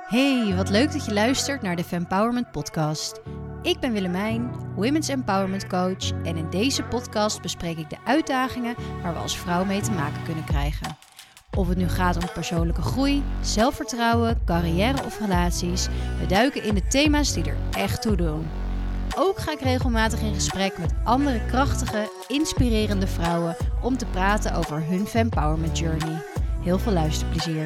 Hey, wat leuk dat je luistert naar de Fempowerment Podcast. Ik ben Willemijn, Women's Empowerment Coach en in deze podcast bespreek ik de uitdagingen waar we als vrouw mee te maken kunnen krijgen. Of het nu gaat om persoonlijke groei, zelfvertrouwen, carrière of relaties, we duiken in de thema's die er echt toe doen. Ook ga ik regelmatig in gesprek met andere krachtige, inspirerende vrouwen om te praten over hun Fempowerment Journey. Heel veel luisterplezier.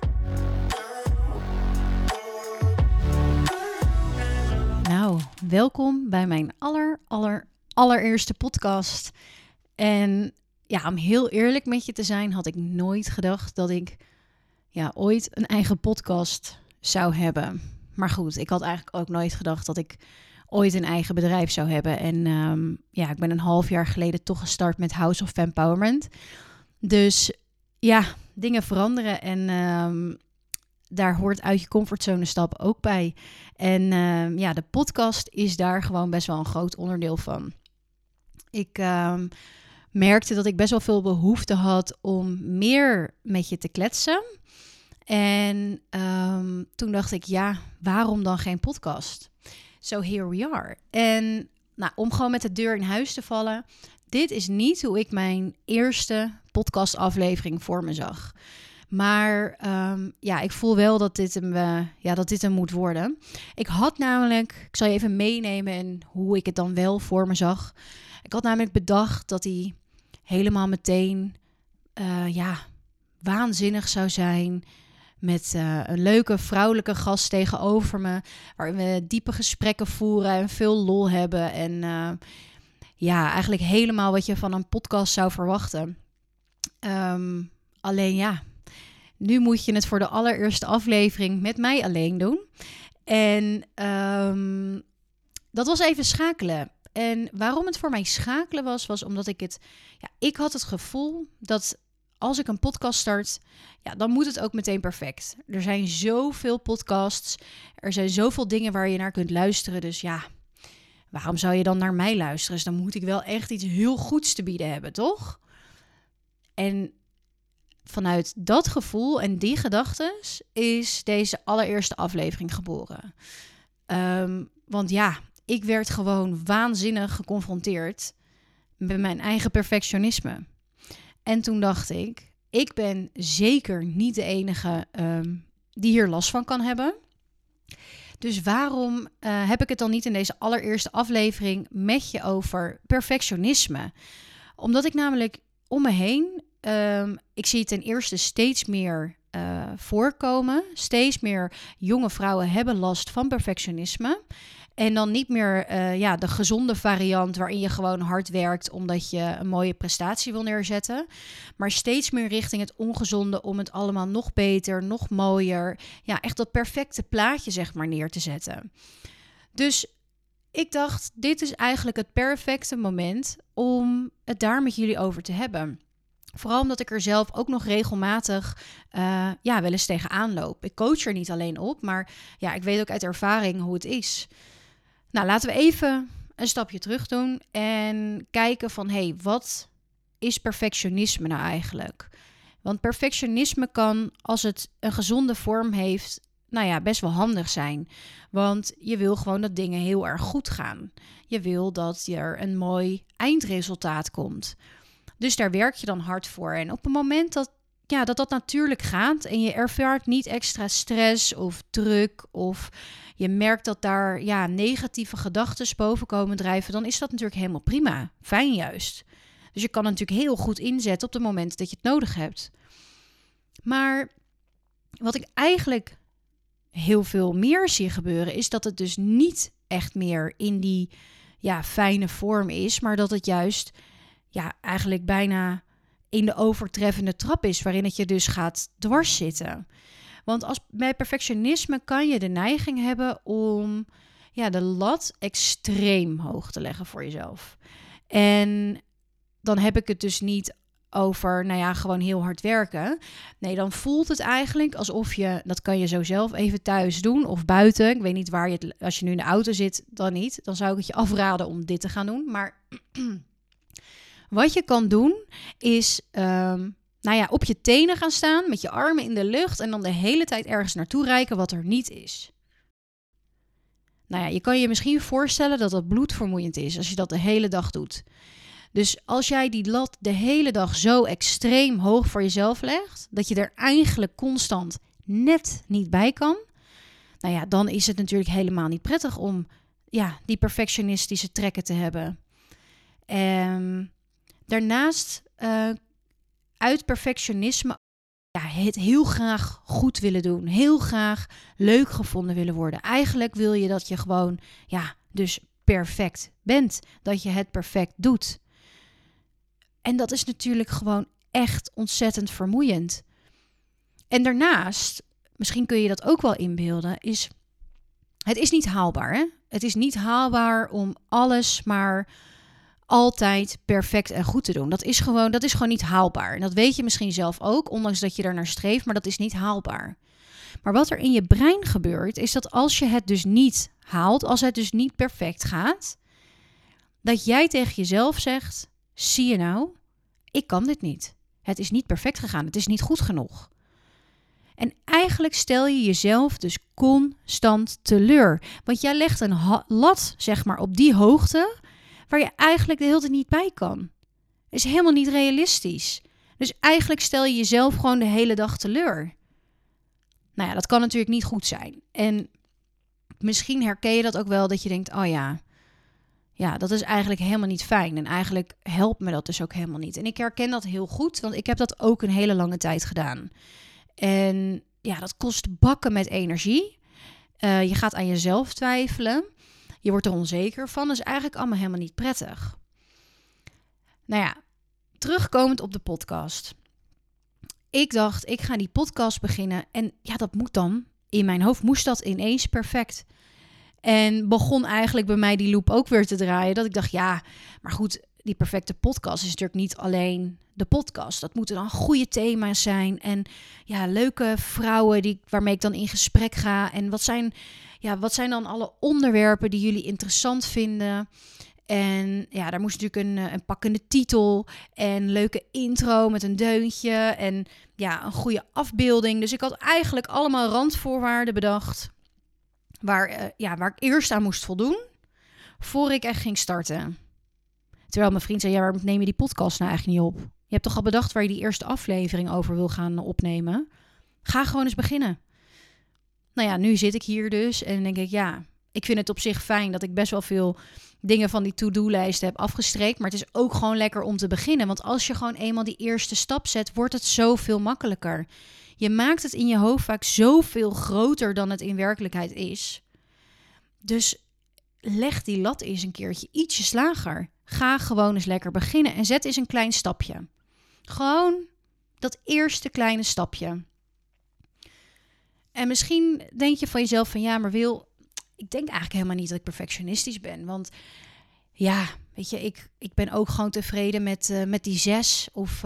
Nou, welkom bij mijn allereerste podcast. En ja, om heel eerlijk met je te zijn, had ik nooit gedacht dat ik ooit een eigen podcast zou hebben. Maar goed, ik had eigenlijk ook nooit gedacht dat ik ooit een eigen bedrijf zou hebben. En ik ben een half jaar geleden toch gestart met House of Fempowerment. Dus ja, dingen veranderen en daar hoort uit je comfortzone stappen ook bij. En de podcast is daar gewoon best wel een groot onderdeel van. Ik merkte dat ik best wel veel behoefte had om meer met je te kletsen. En toen dacht ik, waarom dan geen podcast? So here we are. En om gewoon met de deur in huis te vallen, dit is niet hoe ik mijn eerste podcastaflevering voor me zag. Maar ik voel wel dat dit hem moet worden. Ik zal je even meenemen in hoe ik het dan wel voor me zag. Ik had namelijk bedacht dat hij helemaal meteen waanzinnig zou zijn. Met een leuke vrouwelijke gast tegenover me. Waarin we diepe gesprekken voeren en veel lol hebben. En eigenlijk helemaal wat je van een podcast zou verwachten. Nu moet je het voor de allereerste aflevering met mij alleen doen. En dat was even schakelen. En waarom het voor mij schakelen was omdat ik had het gevoel dat als ik een podcast start, dan moet het ook meteen perfect. Er zijn zoveel podcasts, er zijn zoveel dingen waar je naar kunt luisteren. Dus waarom zou je dan naar mij luisteren? Dus dan moet ik wel echt iets heel goeds te bieden hebben, toch? En vanuit dat gevoel en die gedachtes is deze allereerste aflevering geboren. Want ik werd gewoon waanzinnig geconfronteerd met mijn eigen perfectionisme. En toen dacht ik ben zeker niet de enige die hier last van kan hebben. Dus waarom heb ik het dan niet in deze allereerste aflevering met je over perfectionisme? Omdat ik namelijk om me heen, ik zie het ten eerste steeds meer voorkomen. Steeds meer jonge vrouwen hebben last van perfectionisme. En dan niet meer de gezonde variant waarin je gewoon hard werkt omdat je een mooie prestatie wil neerzetten. Maar steeds meer richting het ongezonde om het allemaal nog beter, nog mooier. Ja, echt dat perfecte plaatje zeg maar neer te zetten. Dus ik dacht, dit is eigenlijk het perfecte moment om het daar met jullie over te hebben. Vooral omdat ik er zelf ook nog regelmatig wel eens tegenaan loop. Ik coach er niet alleen op, maar ik weet ook uit ervaring hoe het is. Nou, laten we even een stapje terug doen en kijken van, wat is perfectionisme nou eigenlijk? Want perfectionisme kan, als het een gezonde vorm heeft, best wel handig zijn. Want je wil gewoon dat dingen heel erg goed gaan. Je wil dat er een mooi eindresultaat komt. Dus daar werk je dan hard voor. En op het moment dat natuurlijk gaat en je ervaart niet extra stress of druk of je merkt dat daar negatieve gedachten boven komen drijven, dan is dat natuurlijk helemaal prima. Fijn juist. Dus je kan het natuurlijk heel goed inzetten op het moment dat je het nodig hebt. Maar wat ik eigenlijk heel veel meer zie gebeuren, is dat het dus niet echt meer in die fijne vorm is, maar dat het juist eigenlijk bijna in de overtreffende trap is, waarin het je dus gaat dwars zitten. Want bij perfectionisme kan je de neiging hebben om de lat extreem hoog te leggen voor jezelf. En dan heb ik het dus niet over, gewoon heel hard werken. Nee, dan voelt het eigenlijk alsof dat kan je zo zelf even thuis doen of buiten. Ik weet niet waar als je nu in de auto zit, dan niet. Dan zou ik het je afraden om dit te gaan doen. Maar wat je kan doen is op je tenen gaan staan met je armen in de lucht en dan de hele tijd ergens naartoe reiken wat er niet is. Je kan je misschien voorstellen dat dat bloedvermoeiend is als je dat de hele dag doet. Dus als jij die lat de hele dag zo extreem hoog voor jezelf legt, dat je er eigenlijk constant net niet bij kan, dan is het natuurlijk helemaal niet prettig om die perfectionistische trekken te hebben. Daarnaast uit perfectionisme het heel graag goed willen doen. Heel graag leuk gevonden willen worden. Eigenlijk wil je dat je gewoon dus perfect bent. Dat je het perfect doet. En dat is natuurlijk gewoon echt ontzettend vermoeiend. En daarnaast, misschien kun je dat ook wel inbeelden, het is niet haalbaar. Hè? Het is niet haalbaar om alles maar altijd perfect en goed te doen. Dat is gewoon niet haalbaar. En dat weet je misschien zelf ook, ondanks dat je daar naar streeft, maar dat is niet haalbaar. Maar wat er in je brein gebeurt, is dat als je het dus niet haalt, als het dus niet perfect gaat, dat jij tegen jezelf zegt, zie je nou, ik kan dit niet. Het is niet perfect gegaan, het is niet goed genoeg. En eigenlijk stel je jezelf dus constant teleur. Want jij legt een lat, zeg maar, op die hoogte waar je eigenlijk de hele tijd niet bij kan. Dat is helemaal niet realistisch. Dus eigenlijk stel je jezelf gewoon de hele dag teleur. Dat kan natuurlijk niet goed zijn. En misschien herken je dat ook wel, dat je denkt, dat is eigenlijk helemaal niet fijn. En eigenlijk helpt me dat dus ook helemaal niet. En ik herken dat heel goed, want ik heb dat ook een hele lange tijd gedaan. En dat kost bakken met energie. Je gaat aan jezelf twijfelen. Je wordt er onzeker van. Dat is eigenlijk allemaal helemaal niet prettig. Terugkomend op de podcast. Ik dacht, ik ga die podcast beginnen. En dat moet dan. In mijn hoofd moest dat ineens perfect. En begon eigenlijk bij mij die loop ook weer te draaien. Dat ik dacht, maar goed, die perfecte podcast is natuurlijk niet alleen de podcast. Dat moeten dan goede thema's zijn. En leuke vrouwen waarmee ik dan in gesprek ga. En wat zijn dan alle onderwerpen die jullie interessant vinden? En daar moest natuurlijk een pakkende titel en leuke intro met een deuntje en een goede afbeelding. Dus ik had eigenlijk allemaal randvoorwaarden bedacht waar ik eerst aan moest voldoen voor ik echt ging starten. Terwijl mijn vriend zei, waarom neem je die podcast nou eigenlijk niet op? Je hebt toch al bedacht waar je die eerste aflevering over wil gaan opnemen? Ga gewoon eens beginnen. Nu zit ik hier dus en denk ik, ik vind het op zich fijn dat ik best wel veel dingen van die to-do-lijst heb afgestreekt. Maar het is ook gewoon lekker om te beginnen. Want als je gewoon eenmaal die eerste stap zet, wordt het zoveel makkelijker. Je maakt het in je hoofd vaak zoveel groter dan het in werkelijkheid is. Dus leg die lat eens een keertje ietsje lager. Ga gewoon eens lekker beginnen en zet eens een klein stapje. Gewoon dat eerste kleine stapje. En misschien denk je van jezelf van maar Wil, ik denk eigenlijk helemaal niet dat ik perfectionistisch ben. Want weet je, ik ben ook gewoon tevreden met die 6. Of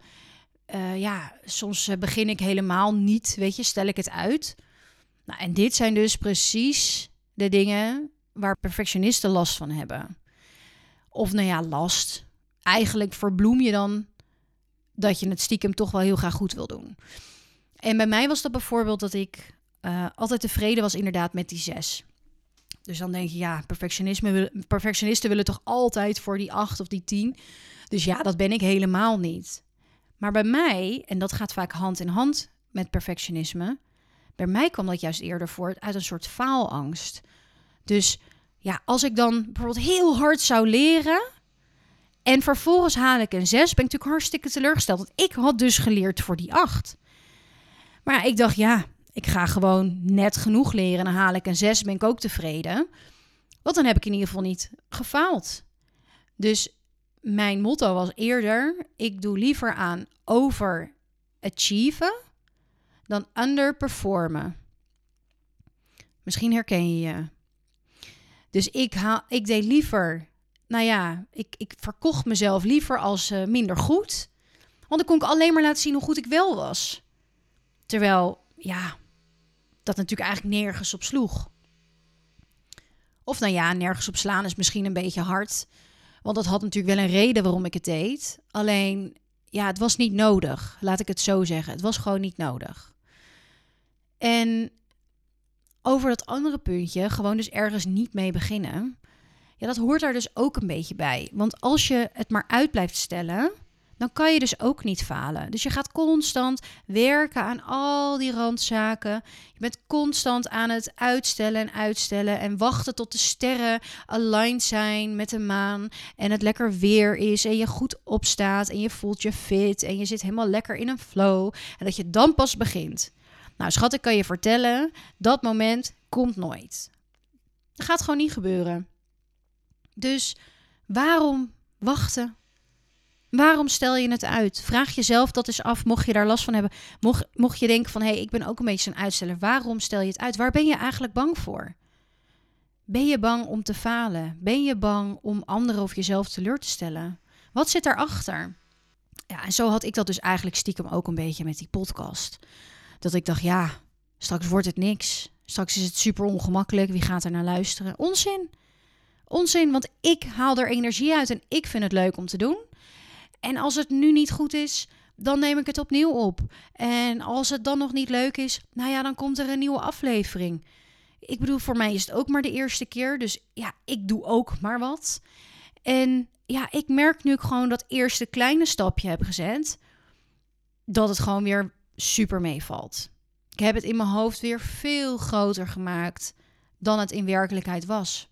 soms begin ik helemaal niet, weet je, stel ik het uit. En dit zijn dus precies de dingen waar perfectionisten last van hebben. Of last. Eigenlijk verbloem je dan dat je het stiekem toch wel heel graag goed wil doen. En bij mij was dat bijvoorbeeld dat ik altijd tevreden was inderdaad met die 6. Dus dan denk je, perfectionisten willen toch altijd voor die 8 of die 10. Dus dat ben ik helemaal niet. Maar bij mij, en dat gaat vaak hand in hand met perfectionisme, bij mij kwam dat juist eerder voort uit een soort faalangst. Dus als ik dan bijvoorbeeld heel hard zou leren en vervolgens haal ik een 6, ben ik natuurlijk hartstikke teleurgesteld. Want ik had dus geleerd voor die 8. Maar ik dacht, ik ga gewoon net genoeg leren en dan haal ik een 6, ben ik ook tevreden. Want dan heb ik in ieder geval niet gefaald. Dus mijn motto was eerder, ik doe liever aan overachieven dan underperformen. Misschien herken je je. Dus ik deed liever, ik verkocht mezelf liever als minder goed. Want dan kon ik alleen maar laten zien hoe goed ik wel was. Terwijl, dat natuurlijk eigenlijk nergens op sloeg. Of nergens op slaan is misschien een beetje hard. Want dat had natuurlijk wel een reden waarom ik het deed. Alleen, ja, het was niet nodig. Laat ik het zo zeggen. Het was gewoon niet nodig. En over dat andere puntje, gewoon dus ergens niet mee beginnen. Ja, dat hoort daar dus ook een beetje bij. Want als je het maar uit blijft stellen, dan kan je dus ook niet falen. Dus je gaat constant werken aan al die randzaken. Je bent constant aan het uitstellen en wachten tot de sterren aligned zijn met de maan en het lekker weer is en je goed opstaat en je voelt je fit en je zit helemaal lekker in een flow en dat je dan pas begint. Nou, schat, ik kan je vertellen, dat moment komt nooit. Dat gaat gewoon niet gebeuren. Dus waarom wachten? Waarom stel je het uit? Vraag jezelf dat eens af, mocht je daar last van hebben. Mocht je denken van, ik ben ook een beetje zo'n uitsteller. Waarom stel je het uit? Waar ben je eigenlijk bang voor? Ben je bang om te falen? Ben je bang om anderen of jezelf teleur te stellen? Wat zit daarachter? Ja, en zo had ik dat dus eigenlijk stiekem ook een beetje met die podcast. Dat ik dacht, ja, straks wordt het niks. Straks is het super ongemakkelijk. Wie gaat er naar luisteren? Onzin, want ik haal er energie uit en ik vind het leuk om te doen. En als het nu niet goed is, dan neem ik het opnieuw op. En als het dan nog niet leuk is, nou ja, dan komt er een nieuwe aflevering. Ik bedoel, voor mij is het ook maar de eerste keer. Dus ja, ik doe ook maar wat. En ja, ik merk nu gewoon dat eerste kleine stapje heb gezet, dat het gewoon weer super meevalt. Ik heb het in mijn hoofd weer veel groter gemaakt dan het in werkelijkheid was.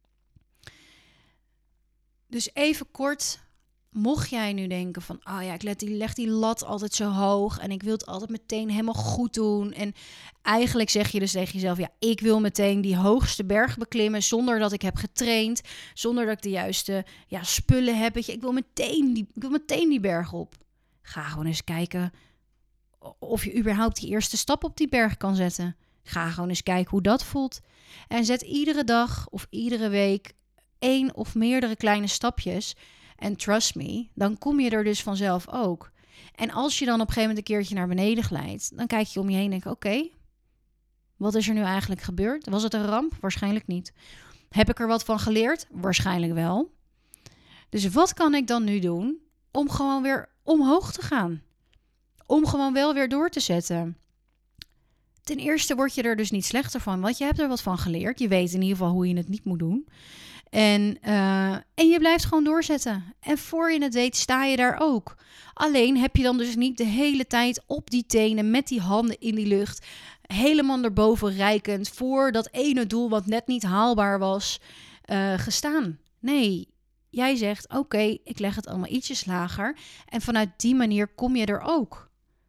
Dus even kort, mocht jij nu denken van, ik leg die lat altijd zo hoog en ik wil het altijd meteen helemaal goed doen. En eigenlijk zeg je dus tegen jezelf, ik wil meteen die hoogste berg beklimmen zonder dat ik heb getraind, zonder dat ik de juiste spullen heb. Ik wil meteen die berg op. Ga gewoon eens kijken of je überhaupt die eerste stap op die berg kan zetten. Ga gewoon eens kijken hoe dat voelt. En zet iedere dag of iedere week 1 of meerdere kleine stapjes. En trust me, dan kom je er dus vanzelf ook. En als je dan op een gegeven moment een keertje naar beneden glijdt, dan kijk je om je heen en denk oké, wat is er nu eigenlijk gebeurd? Was het een ramp? Waarschijnlijk niet. Heb ik er wat van geleerd? Waarschijnlijk wel. Dus wat kan ik dan nu doen om gewoon weer omhoog te gaan? Om gewoon wel weer door te zetten. Ten eerste word je er dus niet slechter van, want je hebt er wat van geleerd. Je weet in ieder geval hoe je het niet moet doen. En je blijft gewoon doorzetten. En voor je het weet sta je daar ook. Alleen heb je dan dus niet de hele tijd op die tenen met die handen in die lucht, helemaal erboven reikend voor dat ene doel wat net niet haalbaar was gestaan. Nee, jij zegt oké, ik leg het allemaal ietsjes lager. En vanuit die manier kom je er ook.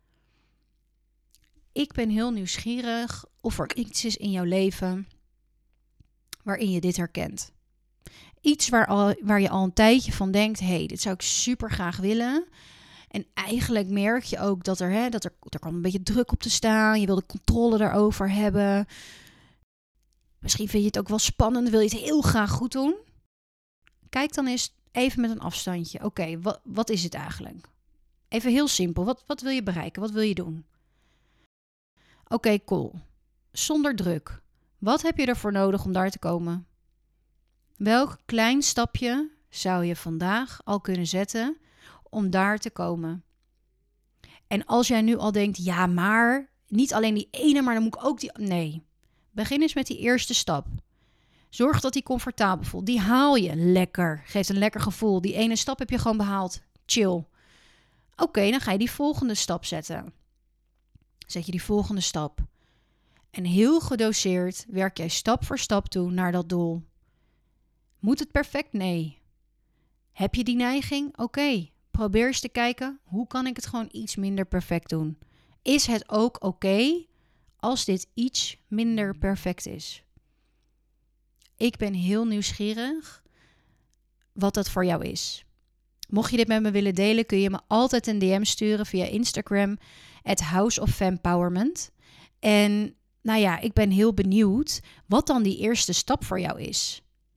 Ik ben heel nieuwsgierig of er iets is in jouw leven waarin je dit herkent. Iets waar je al een tijdje van denkt, dit zou ik super graag willen. En eigenlijk merk je ook dat er kan een beetje druk op te staan. Je wil de controle daarover hebben. Misschien vind je het ook wel spannend, wil je het heel graag goed doen. Kijk dan eens even met een afstandje. Oké, wat is het eigenlijk? Even heel simpel, wat wil je bereiken? Wat wil je doen? Oké, cool. Zonder druk. Wat heb je ervoor nodig om daar te komen? Welk klein stapje zou je vandaag al kunnen zetten om daar te komen? En als jij nu al denkt, maar niet alleen die ene, maar dan moet ik ook die... Nee, begin eens met die eerste stap. Zorg dat die comfortabel voelt. Die haal je lekker. Geeft een lekker gevoel. Die ene stap heb je gewoon behaald. Chill. Oké, dan ga je die volgende stap zetten. Zet je die volgende stap. En heel gedoseerd werk jij stap voor stap toe naar dat doel. Moet het perfect? Nee. Heb je die neiging? Oké. Probeer eens te kijken, hoe kan ik het gewoon iets minder perfect doen? Is het ook oké als dit iets minder perfect is? Ik ben heel nieuwsgierig wat dat voor jou is. Mocht je dit met me willen delen, kun je me altijd een DM sturen via Instagram @houseoffempowerment. En ik ben heel benieuwd wat dan die eerste stap voor jou is.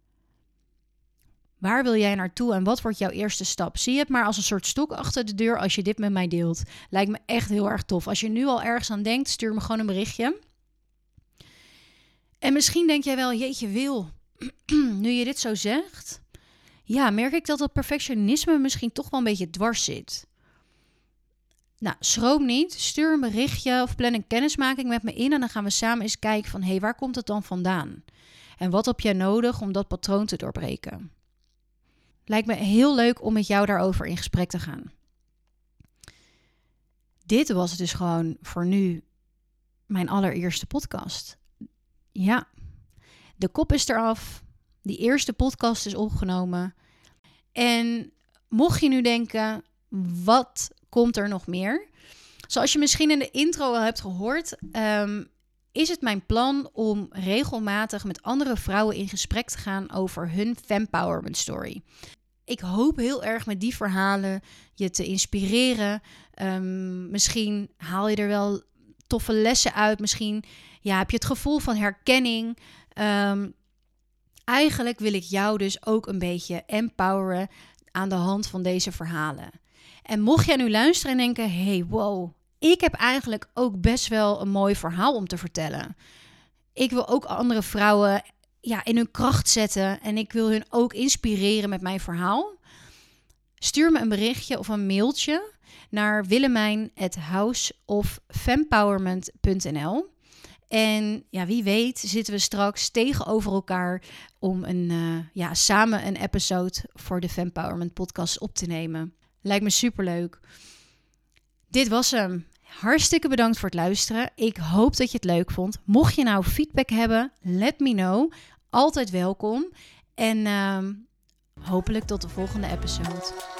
Waar wil jij naartoe en wat wordt jouw eerste stap? Zie het maar als een soort stok achter de deur als je dit met mij deelt. Lijkt me echt heel erg tof. Als je nu al ergens aan denkt, stuur me gewoon een berichtje. En misschien denk jij wel, jeetje Wil, nu je dit zo zegt, merk ik dat perfectionisme misschien toch wel een beetje dwars zit. Nou, schroom niet. Stuur een berichtje of plan een kennismaking met me in. En dan gaan we samen eens kijken van, waar komt het dan vandaan? En wat heb jij nodig om dat patroon te doorbreken? Lijkt me heel leuk om met jou daarover in gesprek te gaan. Dit was dus gewoon voor nu mijn allereerste podcast. Ja, de kop is eraf. Die eerste podcast is opgenomen. En mocht je nu denken, wat komt er nog meer? Zoals je misschien in de intro al hebt gehoord, is het mijn plan om regelmatig met andere vrouwen in gesprek te gaan over hun fempowerment story. Ik hoop heel erg met die verhalen je te inspireren. Misschien haal je er wel toffe lessen uit. Misschien heb je het gevoel van herkenning. Eigenlijk wil ik jou dus ook een beetje empoweren aan de hand van deze verhalen. En mocht jij nu luisteren en denken, wow, ik heb eigenlijk ook best wel een mooi verhaal om te vertellen. Ik wil ook andere vrouwen in hun kracht zetten en ik wil hun ook inspireren met mijn verhaal. Stuur me een berichtje of een mailtje naar willemijn@houseoffempowerment.nl. En wie weet zitten we straks tegenover elkaar om samen een episode voor de Fempowerment podcast op te nemen. Lijkt me superleuk. Dit was hem. Hartstikke bedankt voor het luisteren. Ik hoop dat je het leuk vond. Mocht je nou feedback hebben, let me know. Altijd welkom. En hopelijk tot de volgende episode.